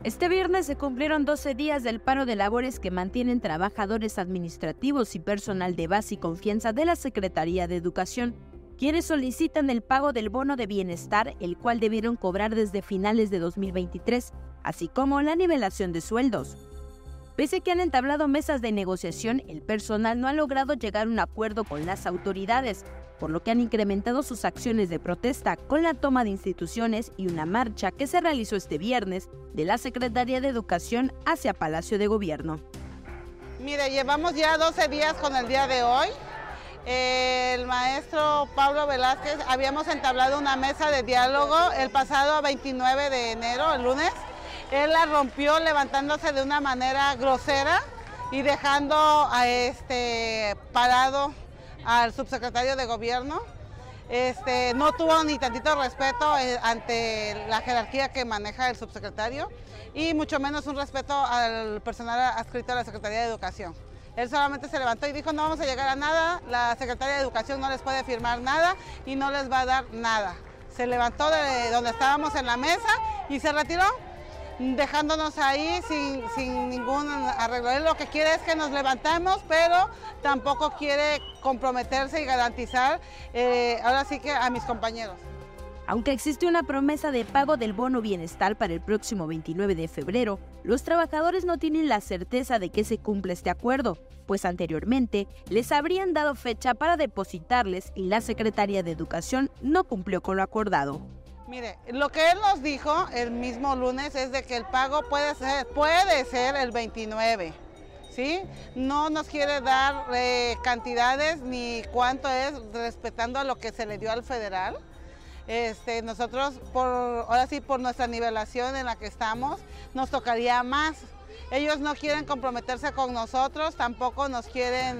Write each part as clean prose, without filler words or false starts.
Este viernes se cumplieron 12 días del paro de labores que mantienen trabajadores administrativos y personal de base y confianza de la Secretaría de Educación, quienes solicitan el pago del bono de bienestar, el cual debieron cobrar desde finales de 2023, así como la nivelación de sueldos. Pese a que han entablado mesas de negociación, el personal no ha logrado llegar a un acuerdo con las autoridades, por lo que han incrementado sus acciones de protesta con la toma de instituciones y una marcha que se realizó este viernes de la Secretaría de Educación hacia Palacio de Gobierno. Mire, llevamos ya 12 días con el día de hoy. El maestro Pablo Velázquez, habíamos entablado una mesa de diálogo el pasado 29 de enero, el lunes. Él la rompió levantándose de una manera grosera y dejando parado al subsecretario de Gobierno. No tuvo ni tantito respeto ante la jerarquía que maneja el subsecretario y mucho menos un respeto al personal adscrito a la Secretaría de Educación. Él solamente se levantó y dijo: no vamos a llegar a nada, la Secretaría de Educación no les puede firmar nada y no les va a dar nada. Se levantó de donde estábamos en la mesa y se retiró, dejándonos ahí sin ningún arreglo. Él lo que quiere es que nos levantemos, pero tampoco quiere comprometerse y garantizar ahora sí que a mis compañeros. Aunque existe una promesa de pago del bono bienestar para el próximo 29 de febrero, los trabajadores no tienen la certeza de que se cumpla este acuerdo, pues anteriormente les habrían dado fecha para depositarles y la Secretaría de Educación no cumplió con lo acordado. Mire, lo que él nos dijo el mismo lunes es de que el pago puede ser el 29, ¿sí? No nos quiere dar cantidades ni cuánto es, respetando a lo que se le dio al federal. Nosotros, ahora sí, por nuestra nivelación en la que estamos, nos tocaría más. Ellos no quieren comprometerse con nosotros, tampoco nos quieren,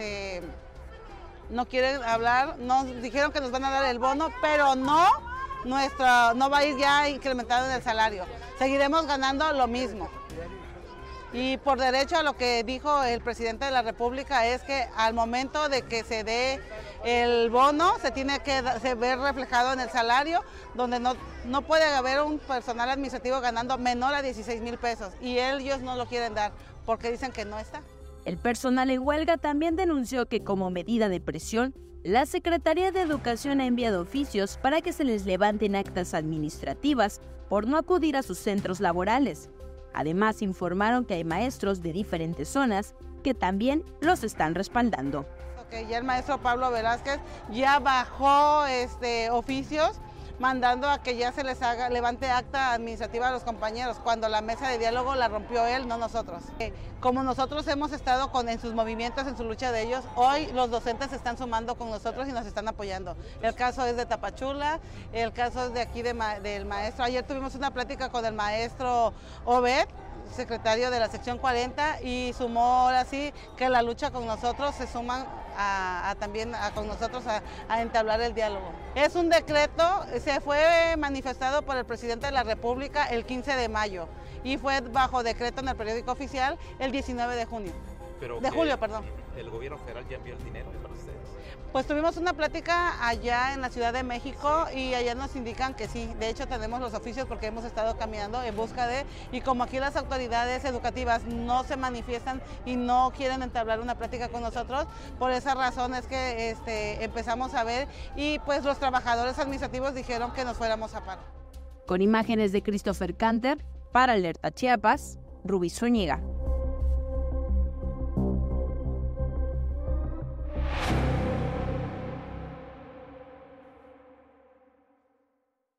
no quieren hablar. Nos dijeron que nos van a dar el bono, pero no va a ir ya incrementado en el salario. Seguiremos ganando lo mismo. Y por derecho, a lo que dijo el presidente de la República es que al momento de que se dé el bono se tiene que ver reflejado en el salario, donde no puede haber un personal administrativo ganando menor a 16,000 pesos y ellos no lo quieren dar porque dicen que no está. El personal en huelga también denunció que como medida de presión, la Secretaría de Educación ha enviado oficios para que se les levanten actas administrativas por no acudir a sus centros laborales. Además, informaron que hay maestros de diferentes zonas que también los están respaldando. Ya el maestro Pablo Velázquez ya bajó oficios mandando a que ya se les levante acta administrativa a los compañeros, cuando la mesa de diálogo la rompió él, no nosotros. Como nosotros hemos estado en sus movimientos, en su lucha de ellos, hoy los docentes se están sumando con nosotros y nos están apoyando. El caso es de Tapachula, el caso es de aquí del maestro. Ayer tuvimos una plática con el maestro Obed, secretario de la sección 40, y sumó ahora sí que la lucha con nosotros, se suman también con nosotros a entablar el diálogo. Es un decreto, se fue manifestado por el presidente de la República el 15 de mayo y fue bajo decreto en el periódico oficial el 19 de julio. ¿El gobierno federal ya envió el dinero para ustedes? Pues tuvimos una plática allá en la Ciudad de México y allá nos indican que sí. De hecho tenemos los oficios porque hemos estado caminando en busca de, y como aquí las autoridades educativas no se manifiestan y no quieren entablar una plática con nosotros, por esa razón es que empezamos a ver y pues los trabajadores administrativos dijeron que nos fuéramos a paro. Con imágenes de Christopher Canter, para Alerta Chiapas, Rubí Zúñiga.